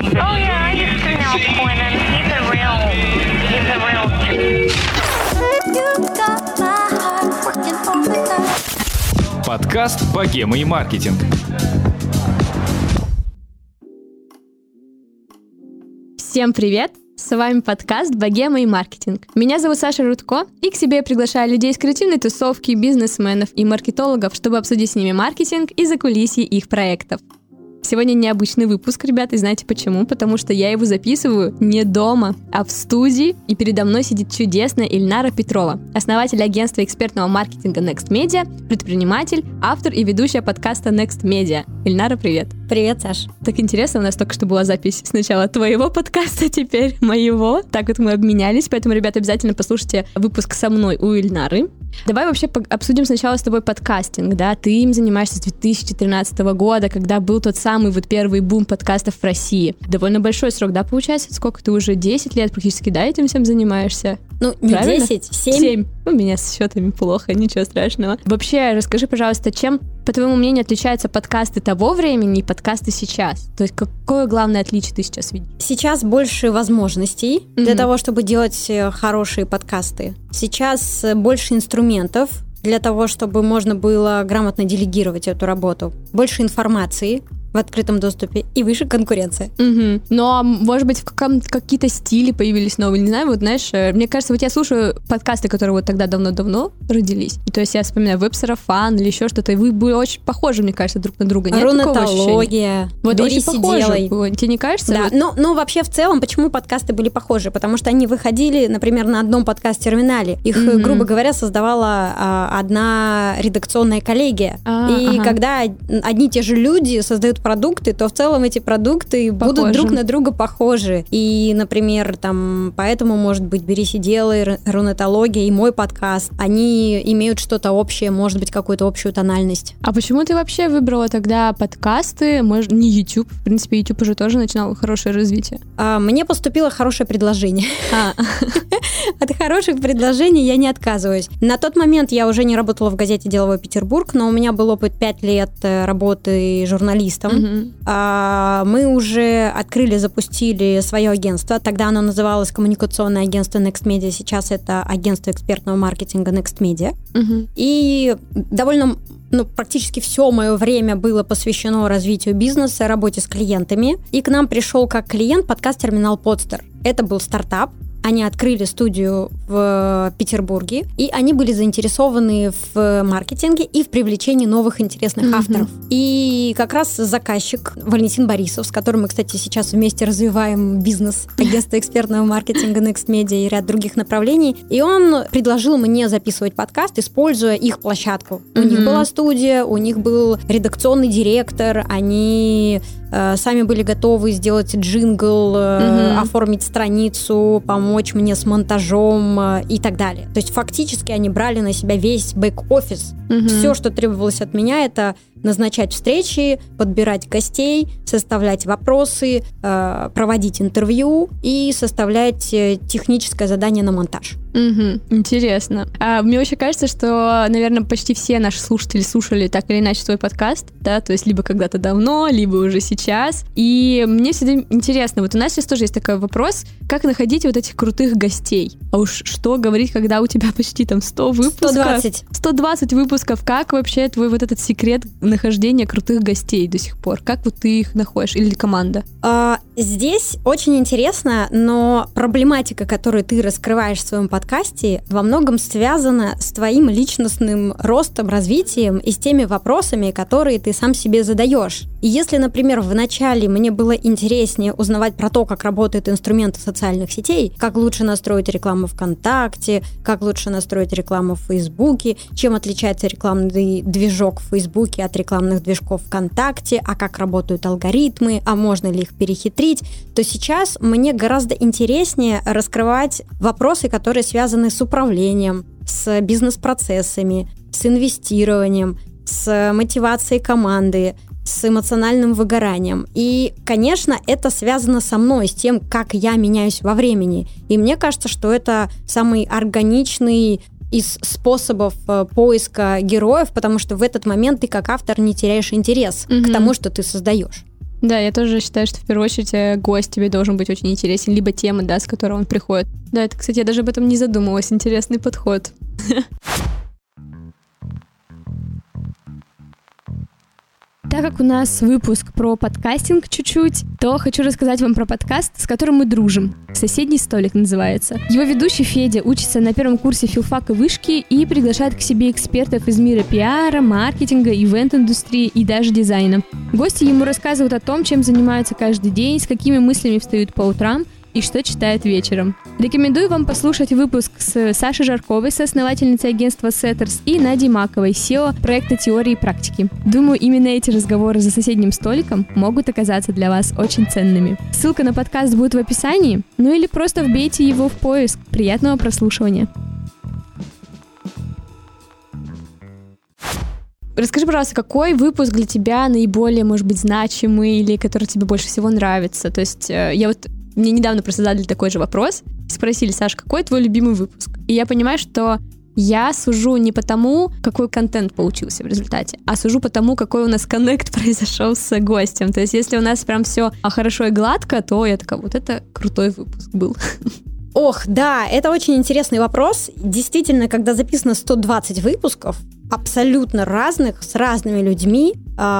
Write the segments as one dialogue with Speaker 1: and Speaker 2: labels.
Speaker 1: Oh yeah, I used to know Quinn. He's a real.
Speaker 2: Подкаст «Богема и маркетинг».
Speaker 3: Всем привет! С вами подкаст «Богема и маркетинг». Меня зовут Саша Рудко, и к себе я приглашаю людей из креативной тусовки, бизнесменов и маркетологов, чтобы обсудить с ними маркетинг и закулисье их проектов. Сегодня необычный выпуск, ребята, и знаете почему? Потому что я его записываю не дома, а в студии, и передо мной сидит чудесная Ильнара Петрова, основатель агентства экспертного маркетинга Next Media, предприниматель, автор и ведущая подкаста Next Media. Ильнара, привет!
Speaker 4: Привет, Саш.
Speaker 3: Так интересно, у нас только что была запись сначала твоего подкаста, теперь моего. Так вот мы обменялись, поэтому, ребята, обязательно послушайте выпуск со мной у Ильнары. Давай вообще обсудим сначала с тобой подкастинг, да? Ты им занимаешься с 2013 года, когда был тот самый вот первый бум подкастов в России. Довольно большой срок, да, получается? Сколько ты уже 10 лет практически, да, этим всем занимаешься?
Speaker 4: Ну, не
Speaker 3: правильно?
Speaker 4: 10, 7.
Speaker 3: У меня с счетами плохо, ничего страшного. Вообще, расскажи, пожалуйста, чем, по твоему мнению, отличаются подкасты того времени и подкасты сейчас? То есть какое главное отличие ты сейчас видишь?
Speaker 4: Сейчас больше возможностей для того, чтобы делать хорошие подкасты. Сейчас больше инструментов для того, чтобы можно было грамотно делегировать эту работу. Больше информации в открытом доступе и выше конкуренция.
Speaker 3: Угу. Но, может быть, какие-то стили появились новые, не знаю, вот, знаешь, мне кажется, вот я слушаю подкасты, которые вот тогда давно-давно родились, и то есть я вспоминаю веб-сарафан или еще что-то, и вы были очень похожи, мне кажется, друг на друга. Нет
Speaker 4: рунетология,
Speaker 3: вот
Speaker 4: берись и делай.
Speaker 3: Тебе не кажется?
Speaker 4: Да,
Speaker 3: вот?
Speaker 4: но вообще в целом, почему подкасты были похожи? Потому что они выходили, например, на одном подкаст-терминале. Их, грубо говоря, создавала одна редакционная коллегия. Когда одни и те же люди создают продукты, то в целом эти продукты будут друг на друга похожи. И, например, там, поэтому, может быть, «Берись и делай», рунетология и мой подкаст, они имеют что-то общее, может быть, какую-то общую тональность.
Speaker 3: А почему ты вообще выбрала тогда подкасты, может, не YouTube? В принципе, YouTube уже тоже начинал хорошее развитие.
Speaker 4: Мне поступило хорошее предложение. От хороших предложений я не отказываюсь. На тот момент я уже не работала в газете «Деловой Петербург», но у меня был опыт 5 лет работы журналистом. Мы уже запустили свое агентство. Тогда оно называлось коммуникационное агентство Next Media. Сейчас это агентство экспертного маркетинга Next Media. И довольно, практически все мое время было посвящено развитию бизнеса, работе с клиентами. И к нам пришел как клиент подкаст-терминал Podster. Это был стартап. Они открыли студию в Петербурге, и они были заинтересованы в маркетинге и в привлечении новых интересных авторов. И как раз заказчик Валентин Борисов, с которым мы, кстати, сейчас вместе развиваем бизнес агентства экспертного маркетинга Next Media и ряд других направлений, и он предложил мне записывать подкаст, используя их площадку. У них была студия, у них был редакционный директор, они сами были готовы сделать джингл, оформить страницу, помочь мне с монтажом и так далее. То есть фактически они брали на себя весь бэк-офис. Все, что требовалось от меня, это назначать встречи, подбирать гостей, составлять вопросы, проводить интервью и составлять техническое задание на монтаж.
Speaker 3: Интересно. Мне вообще кажется, что, наверное, почти все наши слушатели слушали так или иначе твой подкаст, да, то есть либо когда-то давно, либо уже сейчас. И мне всегда интересно, вот у нас сейчас тоже есть такой вопрос, как находить вот этих крутых гостей? А уж что говорить, когда у тебя почти там 100 выпусков? 120 выпусков. Как вообще твой вот этот секрет нахождения крутых гостей до сих пор? Как вот ты их находишь? Или команда?
Speaker 4: Здесь очень интересно, но проблематика, которую ты раскрываешь в своем подкасте, во многом связана с твоим личностным ростом, развитием и с теми вопросами, которые ты сам себе задаешь. И если, например, в начале мне было интереснее узнавать про то, как работают инструменты социальных сетей, как лучше настроить рекламу ВКонтакте, как лучше настроить рекламу в Фейсбуке, чем отличается рекламный движок в Фейсбуке от рекламных движков ВКонтакте, а как работают алгоритмы, а можно ли их перехитрить, то сейчас мне гораздо интереснее раскрывать вопросы, которые связаны с управлением, с бизнес-процессами, с инвестированием, с мотивацией команды, с эмоциональным выгоранием. И, конечно, это связано со мной, с тем, как я меняюсь во времени. И мне кажется, что это самый органичный из способов поиска героев, потому что в этот момент ты как автор не теряешь интерес к тому, что ты создаешь.
Speaker 3: Да, я тоже считаю, что в первую очередь гость тебе должен быть очень интересен, либо тема, да, с которой он приходит. Да, это, кстати, я даже об этом не задумывалась. Интересный подход. Так как у нас выпуск про подкастинг чуть-чуть, то хочу рассказать вам про подкаст, с которым мы дружим. «Соседний столик» называется. Его ведущий Федя учится на первом курсе филфака вышки и приглашает к себе экспертов из мира пиара, маркетинга, ивент-индустрии и даже дизайна. Гости ему рассказывают о том, чем занимаются каждый день, с какими мыслями встают по утрам и что читают вечером. Рекомендую вам послушать выпуск с Сашей Жарковой, соосновательницей агентства Setters, и Надей Маковой, SEO проекта «Теории и практики». Думаю, именно эти разговоры за соседним столиком могут оказаться для вас очень ценными. Ссылка на подкаст будет в описании, ну или просто вбейте его в поиск. Приятного прослушивания. Расскажи, пожалуйста, какой выпуск для тебя наиболее, может быть, значимый или который тебе больше всего нравится? То есть мне недавно просто задали такой же вопрос. Спросили: Саш, какой твой любимый выпуск? И я понимаю, что я сужу не по тому, какой контент получился в результате, а сужу по тому, какой у нас коннект произошел с гостем. То есть если у нас прям все хорошо и гладко, то я такая: вот это крутой выпуск был.
Speaker 4: Ох, да, это очень интересный вопрос. Действительно, когда записано 120 выпусков, абсолютно разных, с разными людьми,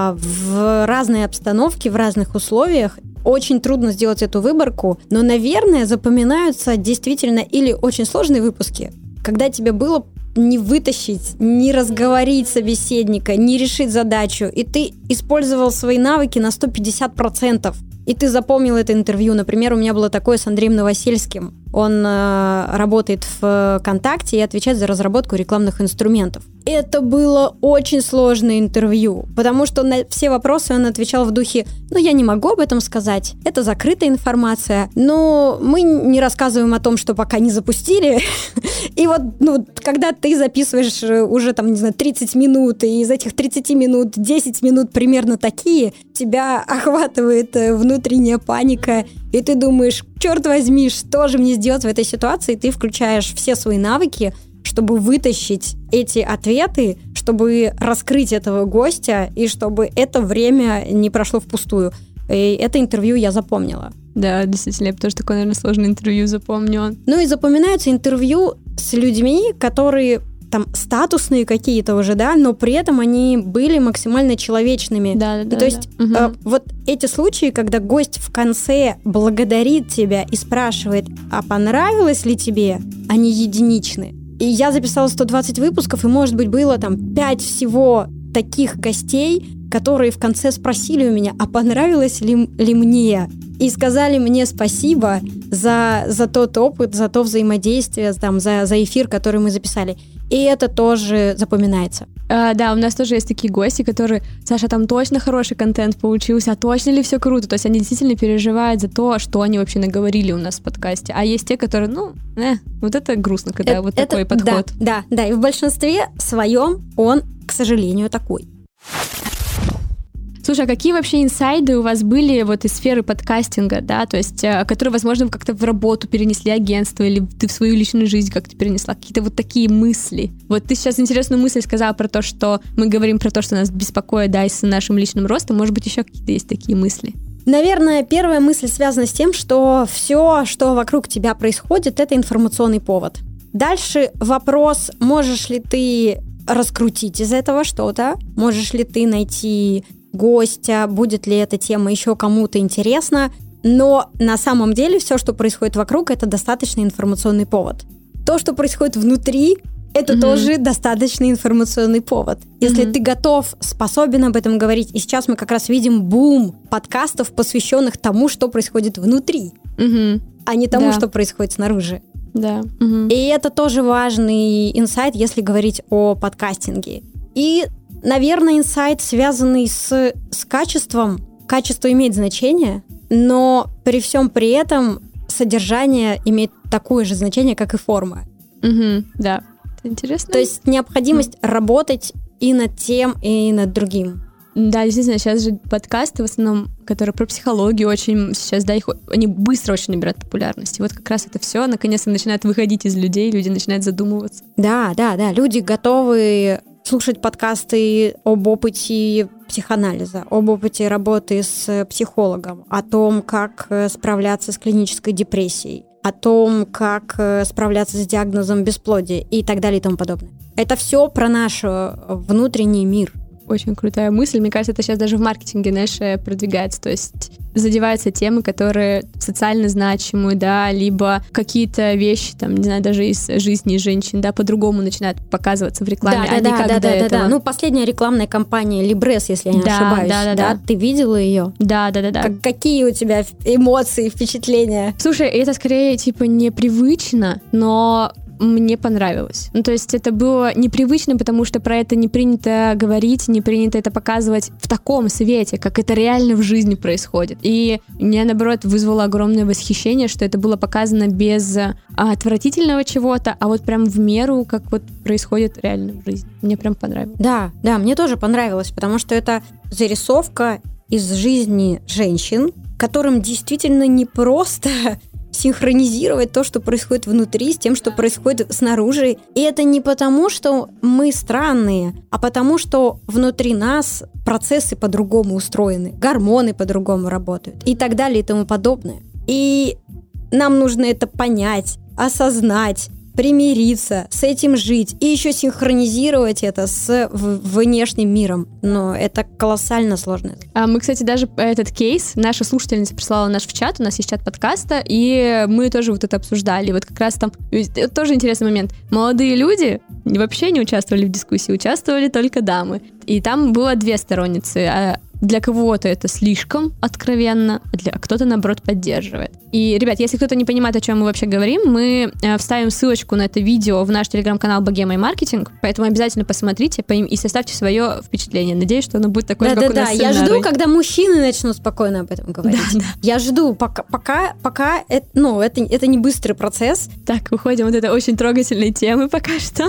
Speaker 4: в разной обстановке, в разных условиях, очень трудно сделать эту выборку, но, наверное, запоминаются действительно или очень сложные выпуски, когда тебе было не вытащить, не разговорить собеседника, не решить задачу, и ты использовал свои навыки на 150%, и ты запомнил это интервью. Например, у меня было такое с Андреем Новосельским. Он работает в ВКонтакте и отвечает за разработку рекламных инструментов. Это было очень сложное интервью, потому что на все вопросы он отвечал в духе: я не могу об этом сказать, это закрытая информация, но мы не рассказываем о том, что пока не запустили. И когда ты записываешь уже 30 минут, и из этих 30 минут 10 минут примерно такие, тебя охватывает внутренняя паника, и ты думаешь: черт возьми, что же мне сделать в этой ситуации? Ты включаешь все свои навыки, чтобы вытащить эти ответы, чтобы раскрыть этого гостя, и чтобы это время не прошло впустую. И это интервью я запомнила.
Speaker 3: Да, действительно, я тоже такое, наверное, сложное интервью запомнила.
Speaker 4: Ну и запоминаются интервью с людьми, которые статусные какие-то уже, да, но при этом они были максимально человечными.
Speaker 3: Да.
Speaker 4: То есть вот эти случаи, когда гость в конце благодарит тебя и спрашивает: а понравилось ли тебе, они единичны. И я записала 120 выпусков, и, может быть, было 5 всего таких гостей, которые в конце спросили у меня: а понравилось ли мне? И сказали мне спасибо за тот опыт, за то взаимодействие, за эфир, который мы записали. И это тоже запоминается.
Speaker 3: Да, у нас тоже есть такие гости, которые: Саша, там точно хороший контент получился, а точно ли все круто? То есть они действительно переживают за то, что они вообще наговорили у нас в подкасте. А есть те, которые, вот это грустно, когда вот такой подход.
Speaker 4: Да, и в большинстве своем он, к сожалению, такой.
Speaker 3: Слушай, а какие вообще инсайды у вас были из сферы подкастинга, да, то есть, которые, возможно, вы как-то в работу перенесли агентство, или ты в свою личную жизнь как-то перенесла, какие-то такие мысли? Вот ты сейчас интересную мысль сказала про то, что мы говорим про то, что нас беспокоит, да, и с нашим личным ростом, может быть, еще какие-то есть такие мысли?
Speaker 4: Наверное, первая мысль связана с тем, что все, что вокруг тебя происходит, это информационный повод. Дальше вопрос: можешь ли ты раскрутить из этого что-то, можешь ли ты найти гостя, будет ли эта тема еще кому-то интересна, но на самом деле все, что происходит вокруг, это достаточный информационный повод. То, что происходит внутри, это тоже достаточный информационный повод. Если ты готов, способен об этом говорить, и сейчас мы как раз видим бум подкастов, посвященных тому, что происходит внутри, а не тому, что происходит снаружи.
Speaker 3: Да.
Speaker 4: И это тоже важный инсайт, если говорить о подкастинге. И, наверное, инсайт, связанный с качеством. Качество имеет значение, но при всем при этом содержание имеет такое же значение, как и форма.
Speaker 3: Да, это интересно.
Speaker 4: То есть необходимость работать и над тем, и над другим.
Speaker 3: Да, действительно, сейчас же подкасты в основном, которые про психологию очень сейчас, да, они быстро очень набирают популярность. И вот как раз это все наконец-то начинает выходить из людей, люди начинают задумываться.
Speaker 4: Да, люди готовы слушать подкасты об опыте психоанализа, об опыте работы с психологом, о том, как справляться с клинической депрессией, о том, как справляться с диагнозом бесплодия и так далее и тому подобное. Это все про наш внутренний мир.
Speaker 3: Очень крутая мысль. Мне кажется, это сейчас даже в маркетинге, знаешь, продвигается. То есть задеваются темы, которые социально значимые, да, либо какие-то вещи, там, не знаю, даже из жизни женщин, да, по-другому начинают показываться в рекламе,
Speaker 4: да. Ну, последняя рекламная кампания Libres, если я не ошибаюсь, да? Ты видела ее?
Speaker 3: Да.
Speaker 4: Какие у тебя эмоции, впечатления?
Speaker 3: Слушай, это скорее, типа, непривычно, но мне понравилось. Ну, то есть это было непривычно, потому что про это не принято говорить, не принято это показывать в таком свете, как это реально в жизни происходит. И меня, наоборот, вызвало огромное восхищение, что это было показано без отвратительного чего-то, а вот прям в меру, как вот происходит реально в жизни. Мне прям понравилось.
Speaker 4: Да, мне тоже понравилось, потому что это зарисовка из жизни женщин, которым действительно непросто синхронизировать то, что происходит внутри, с тем, что происходит снаружи. И это не потому, что мы странные, а потому, что внутри нас процессы по-другому устроены, гормоны по-другому работают и так далее и тому подобное. И нам нужно это понять, осознать, примириться, с этим жить и еще синхронизировать это с внешним миром. Но это колоссально сложно.
Speaker 3: Мы, кстати, даже этот кейс, наша слушательница прислала наш в чат, у нас есть чат подкаста, и мы тоже вот это обсуждали. Вот как раз там, это тоже интересный момент. Молодые люди вообще не участвовали в дискуссии, участвовали только дамы. И там было две сторонницы. Для кого-то это слишком откровенно, а кто-то, наоборот, поддерживает. И, ребят, если кто-то не понимает, о чем мы вообще говорим, мы вставим ссылочку на это видео в наш телеграм-канал Богема и Маркетинг, поэтому обязательно посмотрите и составьте свое впечатление. Надеюсь, что оно будет такое же, как у нас с Эльнарой.
Speaker 4: Я жду, когда мужчины начнут спокойно об этом говорить. Да. Я жду, пока это не быстрый процесс.
Speaker 3: Так, выходим от этой очень трогательной темы пока что.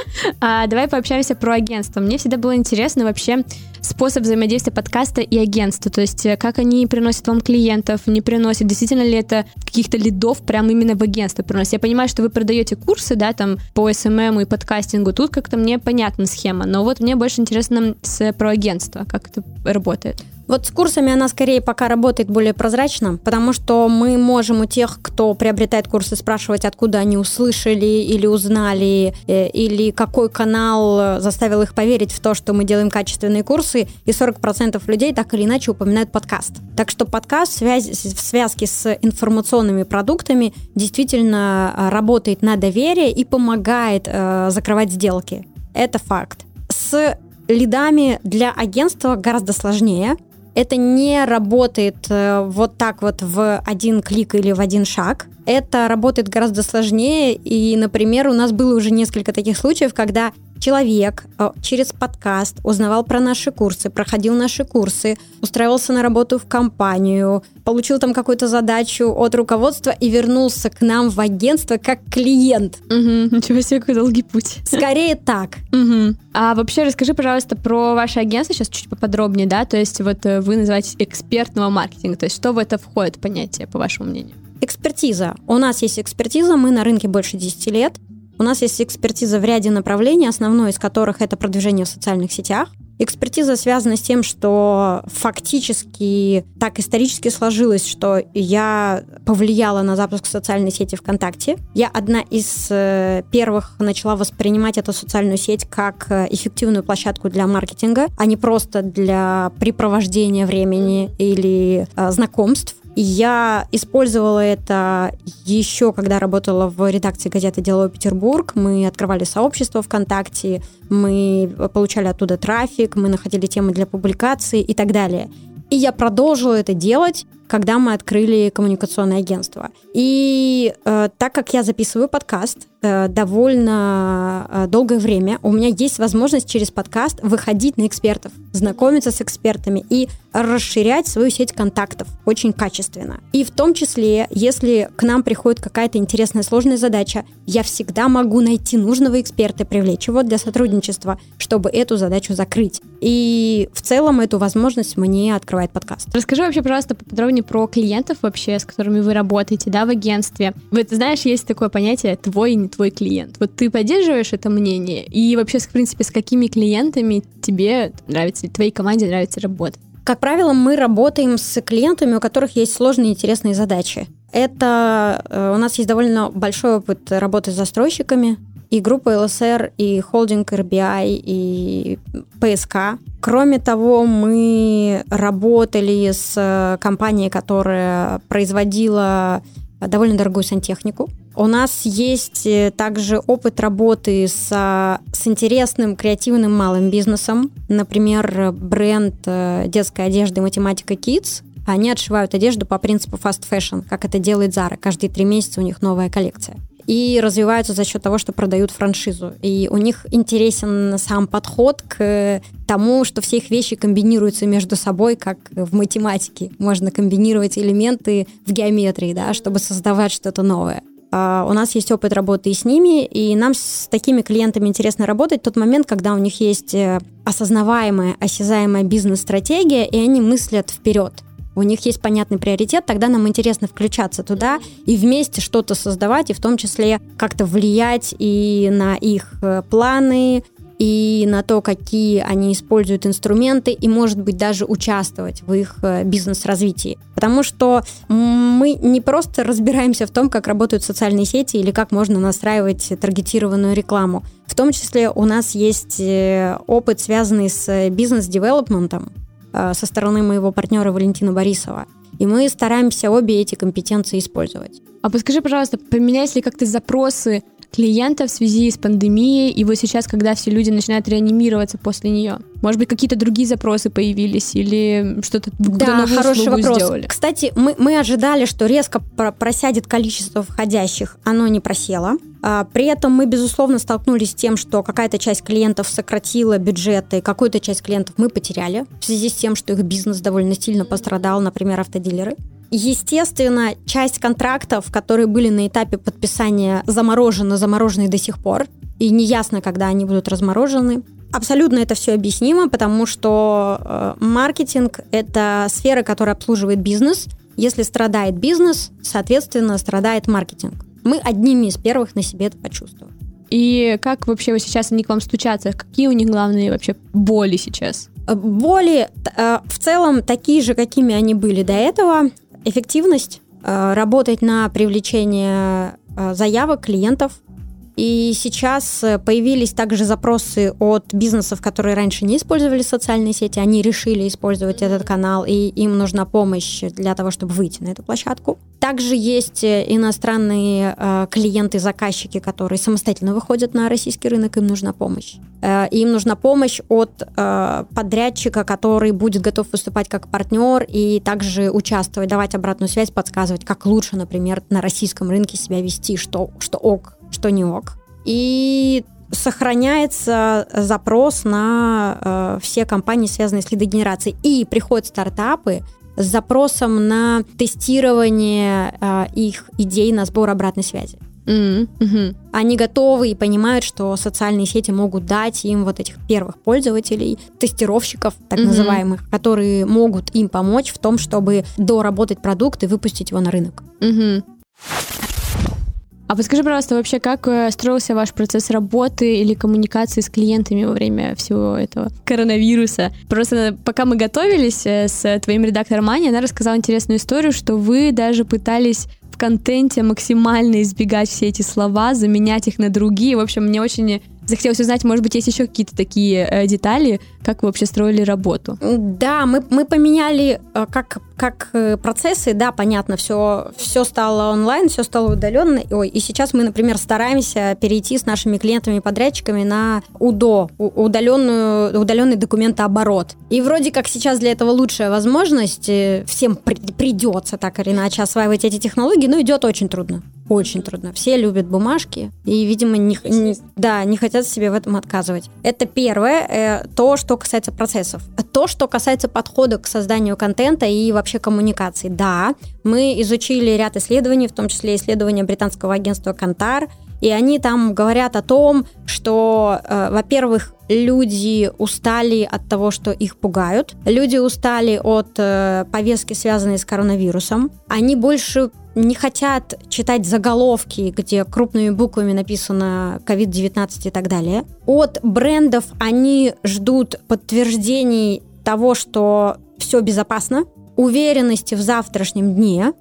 Speaker 3: Давай пообщаемся про агентство. Мне всегда было интересно вообще способ взаимодействия подкаста и агентства, то есть как они приносят вам клиентов, не приносят, действительно ли это каких-то лидов прямо именно в агентство приносят. Я понимаю, что вы продаете курсы, да, там по SMM и подкастингу, тут как-то мне понятна схема, но вот мне больше интересно про агентство, как это работает.
Speaker 4: Вот с курсами она скорее пока работает более прозрачно, потому что мы можем у тех, кто приобретает курсы, спрашивать, откуда они услышали или узнали, или какой канал заставил их поверить в то, что мы делаем качественные курсы, и 40% людей так или иначе упоминают подкаст. Так что подкаст в связке с информационными продуктами действительно работает на доверие и помогает закрывать сделки. Это факт. С лидами для агентства гораздо сложнее. Это не работает вот так вот в один клик или в один шаг. Это работает гораздо сложнее. И, например, у нас было уже несколько таких случаев, когда человек через подкаст узнавал про наши курсы, проходил наши курсы, устраивался на работу в компанию, получил там какую-то задачу от руководства и вернулся к нам в агентство как клиент.
Speaker 3: Ничего себе, какой долгий путь.
Speaker 4: Скорее так.
Speaker 3: А вообще расскажи, пожалуйста, про ваше агентство сейчас чуть поподробнее, да? То есть вот вы называете экспертного маркетинга. То есть что в это входит понятие, по вашему мнению?
Speaker 4: Экспертиза. У нас есть экспертиза, мы на рынке больше 10 лет. У нас есть экспертиза в ряде направлений, основной из которых это продвижение в социальных сетях. Экспертиза связана с тем, что фактически так исторически сложилось, что я повлияла на запуск социальной сети ВКонтакте. Я одна из первых начала воспринимать эту социальную сеть как эффективную площадку для маркетинга, а не просто для препровождения времени или знакомств. И я использовала это еще, когда работала в редакции газеты «Деловой Петербург». Мы открывали сообщество ВКонтакте, мы получали оттуда трафик, мы находили темы для публикаций и так далее. И я продолжила это делать, когда мы открыли коммуникационное агентство. И так как я записываю подкаст довольно долгое время, у меня есть возможность через подкаст выходить на экспертов, знакомиться с экспертами и расширять свою сеть контактов очень качественно. И в том числе, если к нам приходит какая-то интересная сложная задача, я всегда могу найти нужного эксперта, привлечь его для сотрудничества, чтобы эту задачу закрыть. И в целом эту возможность мне открывает подкаст.
Speaker 3: Расскажи вообще, пожалуйста, поподробнее сегодня про клиентов вообще, с которыми вы работаете, да, в агентстве. Вот, знаешь, есть такое понятие «твой и не твой клиент». Вот ты поддерживаешь это мнение? И вообще, в принципе, с какими клиентами тебе нравится, или твоей команде нравится работать?
Speaker 4: Как правило, мы работаем с клиентами, у которых есть сложные и интересные задачи. Это у нас есть довольно большой опыт работы с застройщиками, и группа ЛСР, и холдинг РБИ, и ПСК. Кроме того, мы работали с компанией, которая производила довольно дорогую сантехнику. У нас есть также опыт работы с интересным, креативным малым бизнесом. Например, бренд детской одежды «Математика Kids». Они отшивают одежду по принципу fast fashion, как это делает Zara. Каждые 3 месяца у них новая коллекция. И развиваются за счет того, что продают франшизу. И у них интересен сам подход к тому, что все их вещи комбинируются между собой, как в математике. Можно комбинировать элементы в геометрии, да, чтобы создавать что-то новое. У нас есть опыт работы и с ними, и нам с такими клиентами интересно работать в тот момент, когда у них есть осознаваемая, осязаемая бизнес-стратегия, и они мыслят вперед. У них есть понятный приоритет, тогда нам интересно включаться туда и вместе что-то создавать, и в том числе как-то влиять и на их планы, и на то, какие они используют инструменты, и, может быть, даже участвовать в их бизнес-развитии. Потому что мы не просто разбираемся в том, как работают социальные сети или как можно настраивать таргетированную рекламу. В том числе у нас есть опыт, связанный с бизнес-девелопментом, со стороны моего партнера Валентина Борисова. И мы стараемся обе эти компетенции использовать.
Speaker 3: А подскажи, пожалуйста, поменялись ли как-то запросы клиентов в связи с пандемией, и вот сейчас, когда все люди начинают реанимироваться после нее? Может быть, какие-то другие запросы появились или что-то
Speaker 4: да, хороший вопрос.
Speaker 3: Сделали?
Speaker 4: Кстати, мы ожидали, что резко просядет количество входящих. Оно не просело. При этом мы, безусловно, столкнулись с тем, что какая-то часть клиентов сократила бюджеты, какую-то часть клиентов мы потеряли в связи с тем, что их бизнес довольно сильно пострадал, например, автодилеры. Естественно, часть контрактов, которые были на этапе подписания, заморожены до сих пор, и неясно, когда они будут разморожены. Абсолютно это все объяснимо, потому что маркетинг – это сфера, которая обслуживает бизнес. Если страдает бизнес, соответственно, страдает маркетинг. Мы одними из первых на себе это почувствовали.
Speaker 3: И как вообще сейчас они к вам стучатся? Какие у них главные вообще боли сейчас?
Speaker 4: Боли в целом такие же, какими они были до этого. Эффективность, работать на привлечение заявок клиентов. И сейчас появились также запросы от бизнесов, которые раньше не использовали социальные сети. Они решили использовать этот канал, и им нужна помощь для того, чтобы выйти на эту площадку. Также есть иностранные клиенты-заказчики, которые самостоятельно выходят на российский рынок, им нужна помощь. Им нужна помощь от подрядчика, который будет готов выступать как партнер и также участвовать, давать обратную связь, подсказывать, как лучше, например, на российском рынке себя вести, что ок, что не ок. И сохраняется запрос на все компании, связанные с лидогенерацией. И приходят стартапы с запросом на тестирование их идей на сбор обратной связи. Mm-hmm. Они готовы и понимают, что социальные сети могут дать им вот этих первых пользователей, тестировщиков, так называемых, которые могут им помочь в том, чтобы доработать продукт и выпустить его на рынок.
Speaker 3: А подскажи, пожалуйста, вообще, как строился ваш процесс работы или коммуникации с клиентами во время всего этого коронавируса? Просто пока мы готовились с твоим редактором Аней, она рассказала интересную историю, что вы даже пытались в контенте максимально избегать все эти слова, заменять их на другие. В общем, мне очень захотелось узнать, может быть, есть еще какие-то такие детали, как вы вообще строили работу?
Speaker 4: Да, мы поменяли как процессы, да, понятно, все стало онлайн, все стало удаленно. И сейчас мы, например, стараемся перейти с нашими клиентами и подрядчиками на УДО, удаленный документооборот. И вроде как сейчас для этого лучшая возможность, всем придется так или иначе осваивать эти технологии, но идет очень трудно. Очень трудно. Все любят бумажки и, видимо, не хотят себе в этом отказывать. Это первое, то, что касается процессов. То, что касается подхода к созданию контента и вообще коммуникации. Да, мы изучили ряд исследований, в том числе исследования британского агентства Kantar, и они там говорят о том, что, во-первых, люди устали от того, что их пугают, люди устали от повестки, связанной с коронавирусом, они больше не хотят читать заголовки, где крупными буквами написано COVID-19 и так далее. От брендов они ждут подтверждений того, что все безопасно, уверенности в завтрашнем дне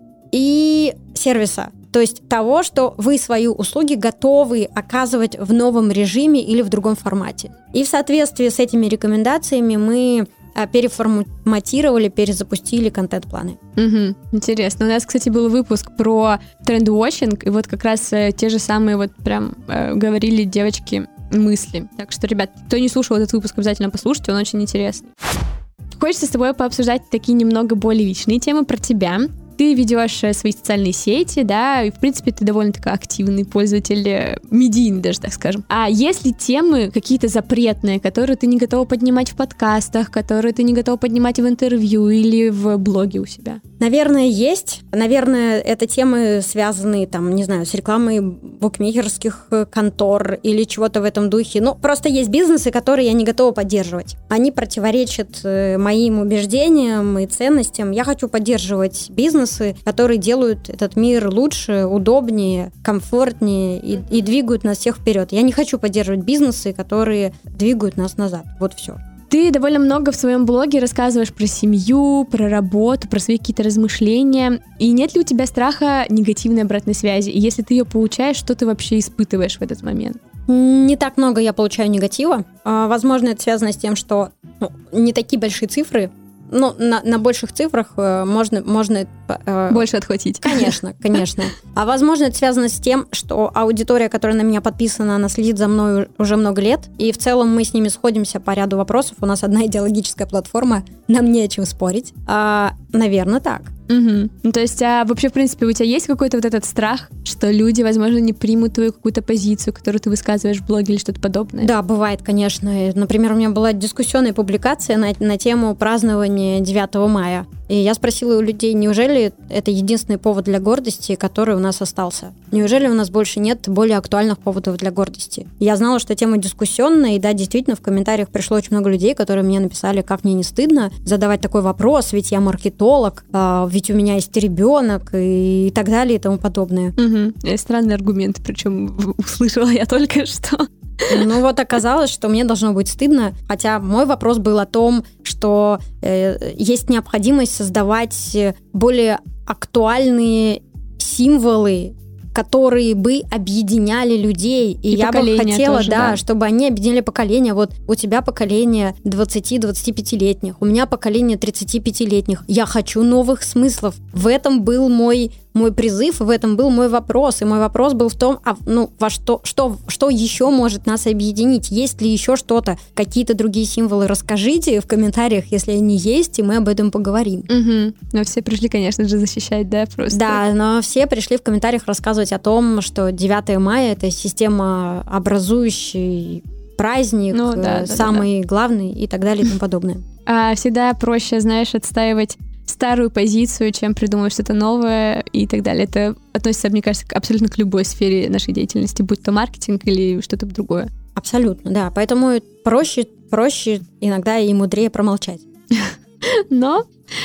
Speaker 4: и сервиса. То есть того, что вы свои услуги готовы оказывать в новом режиме или в другом формате. И в соответствии с этими рекомендациями мы переформатировали, перезапустили контент-планы.
Speaker 3: Угу, интересно. У нас, кстати, был выпуск про тренд-вотчинг, и вот как раз те же самые вот прям говорили девочки мысли. Так что, ребят, кто не слушал этот выпуск, обязательно послушайте, он очень интересный. Хочется с тобой пообсуждать такие немного более личные темы про тебя. Ты ведешь свои социальные сети, да, и, в принципе, ты довольно-таки активный пользователь, медийный даже, так скажем. А есть ли темы какие-то запретные, которые ты не готова поднимать в подкастах, которые ты не готова поднимать в интервью или в блоге у себя?
Speaker 4: Наверное, есть. Наверное, это темы, связанные, там, не знаю, с рекламой букмекерских контор или чего-то в этом духе. Ну, просто есть бизнесы, которые я не готова поддерживать. Они противоречат моим убеждениям и ценностям. Я хочу поддерживать бизнес, которые делают этот мир лучше, удобнее, комфортнее и двигают нас всех вперед. Я не хочу поддерживать бизнесы, которые двигают нас назад. Вот все.
Speaker 3: Ты довольно много в своем блоге рассказываешь про семью, про работу, про свои какие-то размышления. И нет ли у тебя страха негативной обратной связи? И если ты ее получаешь, что ты вообще испытываешь в этот момент?
Speaker 4: Не так много я получаю негатива. Возможно, это связано с тем, что не такие большие цифры. Ну, на больших цифрах можно
Speaker 3: больше отхватить.
Speaker 4: Конечно. А возможно, это связано с тем, что аудитория, которая на меня подписана, она следит за мной уже много лет, и в целом мы с ними сходимся по ряду вопросов. У нас одна идеологическая платформа, нам не о чем спорить. Наверное, так.
Speaker 3: Угу. Ну, то есть, вообще, в принципе, у тебя есть какой-то вот этот страх, что люди, возможно, не примут твою какую-то позицию, которую ты высказываешь в блоге или что-то подобное?
Speaker 4: Да, бывает, конечно. Например, у меня была дискуссионная публикация на тему празднования 9 мая. И я спросила у людей, неужели это единственный повод для гордости, который у нас остался? Неужели у нас больше нет более актуальных поводов для гордости? Я знала, что тема дискуссионная, и да, действительно, в комментариях пришло очень много людей, которые мне написали, как мне не стыдно задавать такой вопрос, ведь я маркетолог, ведь у меня есть ребенок и так далее и тому подобное.
Speaker 3: Угу. Странный аргумент, причем услышала я только что.
Speaker 4: Ну вот оказалось, что мне должно быть стыдно, хотя мой вопрос был о том, что есть необходимость создавать более актуальные символы, которые бы объединяли людей. И я бы хотела, тоже, да, чтобы они объединяли поколения. Вот у тебя поколение 20-25-летних, у меня поколение 35-летних. Я хочу новых смыслов. В этом был мой призыв, в этом был мой вопрос. И мой вопрос был в том, что еще может нас объединить? Есть ли еще что-то, какие-то другие символы? Расскажите в комментариях, если они есть, и мы об этом поговорим.
Speaker 3: Угу. Но все пришли, конечно же, защищать, да, просто?
Speaker 4: Да, но все пришли в комментариях рассказывать о том, что 9 мая — это системообразующий праздник, самый главный и так далее и тому подобное.
Speaker 3: Всегда проще, знаешь, отстаивать старую позицию, чем придумать что-то новое и так далее. Это относится, мне кажется, абсолютно к любой сфере нашей деятельности, будь то маркетинг или что-то другое.
Speaker 4: Абсолютно, да. Поэтому проще иногда и мудрее промолчать.
Speaker 3: Но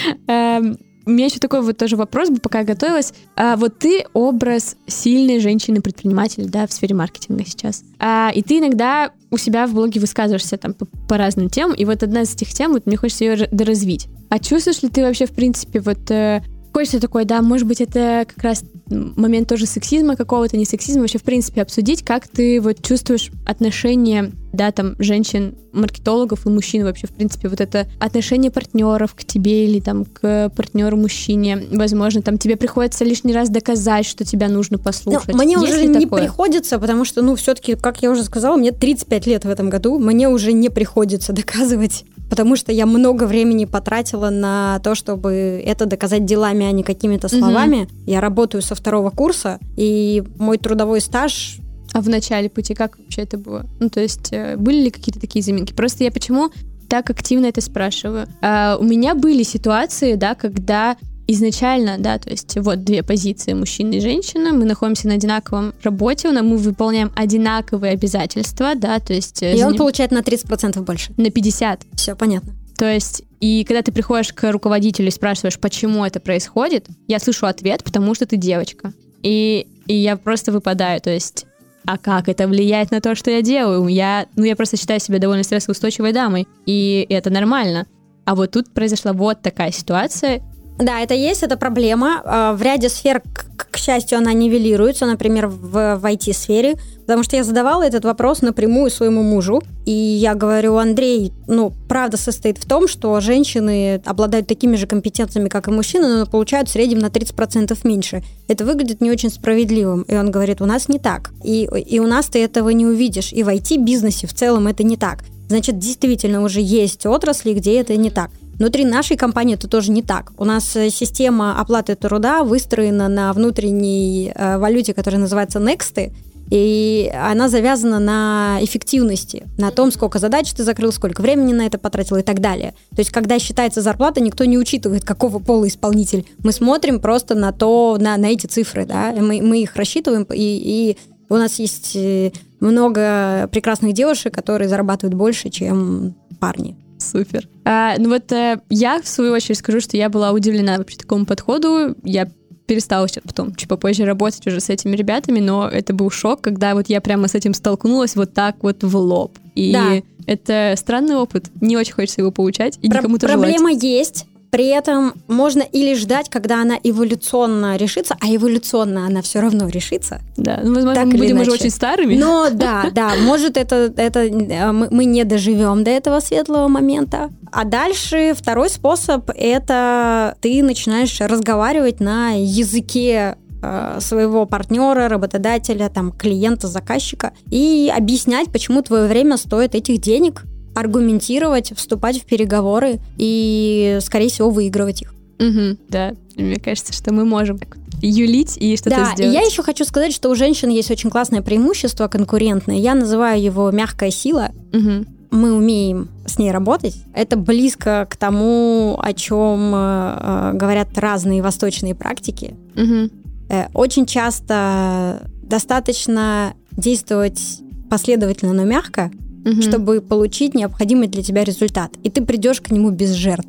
Speaker 3: у меня еще такой вот тоже вопрос был, пока я готовилась. Вот ты образ сильной женщины-предпринимателя, да, в сфере маркетинга сейчас. И ты иногда у себя в блоге высказываешься там по разным темам, и вот одна из этих тем, вот мне хочется ее доразвить. А чувствуешь ли ты вообще, в принципе, вот хочется такой, да, может быть, это как раз момент тоже сексизма какого-то, не сексизма, вообще, в принципе, обсудить, как ты вот чувствуешь отношение, да, там, женщин-маркетологов и мужчин вообще, в принципе, вот это отношение партнеров к тебе или там к партнеру-мужчине, возможно, там тебе приходится лишний раз доказать, что тебя нужно послушать.
Speaker 4: Мне есть уже не приходится, потому что, все-таки, как я уже сказала, мне 35 лет в этом году, мне уже не приходится доказывать, потому что я много времени потратила на то, чтобы это доказать делами, а не какими-то словами. Я работаю со 2 курса, и мой трудовой стаж...
Speaker 3: А в начале пути как вообще это было? Ну, то есть были ли какие-то такие заминки? Просто я почему так активно это спрашиваю? У меня были ситуации, да, когда изначально, да, то есть вот две позиции, мужчина и женщина, мы находимся на одинаковом работе, мы выполняем одинаковые обязательства, да, то есть...
Speaker 4: И он получает на 30% больше.
Speaker 3: На 50%.
Speaker 4: Все понятно.
Speaker 3: То есть, и когда ты приходишь к руководителю и спрашиваешь, почему это происходит, я слышу ответ, потому что ты девочка. И я просто выпадаю, то есть... А как это влияет на то, что я делаю? Я просто считаю себя довольно стрессоустойчивой дамой, и это нормально. А вот тут произошла вот такая ситуация.
Speaker 4: Да, это есть, это проблема. В ряде сфер, к счастью, она нивелируется, например, в IT-сфере, потому что я задавала этот вопрос напрямую своему мужу, и я говорю: Андрей, правда состоит в том, что женщины обладают такими же компетенциями, как и мужчины, но получают в среднем на 30% меньше. Это выглядит не очень справедливым. И он говорит: у нас не так. И у нас ты этого не увидишь. И в IT-бизнесе в целом это не так. Значит, действительно уже есть отрасли, где это не так. Внутри нашей компании это тоже не так. У нас система оплаты труда выстроена на внутренней валюте, которая называется Next, и она завязана на эффективности, на том, сколько задач ты закрыл, сколько времени на это потратил и так далее. То есть, когда считается зарплата, никто не учитывает, какого пола исполнитель. Мы смотрим просто на эти цифры, да, мы их рассчитываем, и у нас есть много прекрасных девушек, которые зарабатывают больше, чем парни.
Speaker 3: Супер. Я, в свою очередь, скажу, что я была удивлена вообще такому подходу. Я перестала сейчас потом, чуть попозже, работать уже с этими ребятами, но это был шок, когда вот я прямо с этим столкнулась вот так вот в лоб. И да. Это странный опыт. Не очень хочется его получать и никому тоже желать.
Speaker 4: Проблема есть. При этом можно или ждать, когда она эволюционно решится, а эволюционно она все равно решится.
Speaker 3: Да, возможно, мы будем уже очень старыми.
Speaker 4: Но да, может, мы не доживем до этого светлого момента. А дальше второй способ – это ты начинаешь разговаривать на языке своего партнера, работодателя, клиента, заказчика и объяснять, почему твое время стоит этих денег, аргументировать, вступать в переговоры и, скорее всего, выигрывать их.
Speaker 3: Да, мне кажется, что мы можем юлить и что-то сделать.
Speaker 4: Да, и я еще хочу сказать, что у женщин есть очень классное преимущество конкурентное. Я называю его мягкая сила. Мы умеем с ней работать. Это близко к тому, о чем говорят разные восточные практики. Очень часто достаточно действовать последовательно, но мягко, чтобы получить необходимый для тебя результат. И ты придешь к нему без жертв.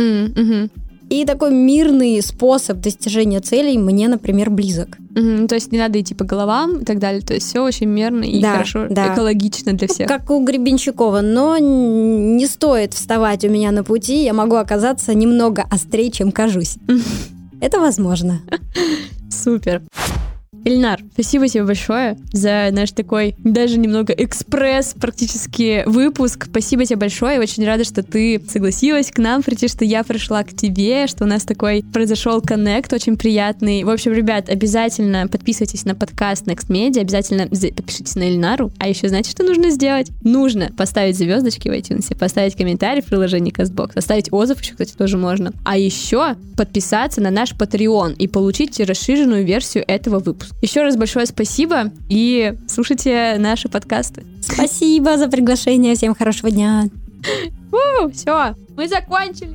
Speaker 4: И такой мирный способ достижения целей мне, например, близок.
Speaker 3: То есть не надо идти по головам и так далее. То есть все очень мирно и хорошо, экологично для всех.
Speaker 4: Как у Гребенщикова. Но не стоит вставать у меня на пути. Я могу оказаться немного острее, чем кажусь. Это возможно.
Speaker 3: Супер. Ильнар, спасибо тебе большое за наш такой даже немного экспресс практически выпуск. Спасибо тебе большое. Я очень рада, что ты согласилась к нам прийти, что я пришла к тебе, что у нас такой произошел коннект очень приятный. В общем, ребят, обязательно подписывайтесь на подкаст Next Media, обязательно подпишитесь на Ильнару. А еще знаете, что нужно сделать? Нужно поставить звездочки в iTunes, поставить комментарий в приложении CastBox, оставить отзыв еще, кстати, тоже можно. А еще подписаться на наш Patreon и получить расширенную версию этого выпуска. Еще раз большое спасибо и слушайте наши подкасты.
Speaker 4: Спасибо за приглашение. Всем хорошего дня.
Speaker 3: Все, мы закончили.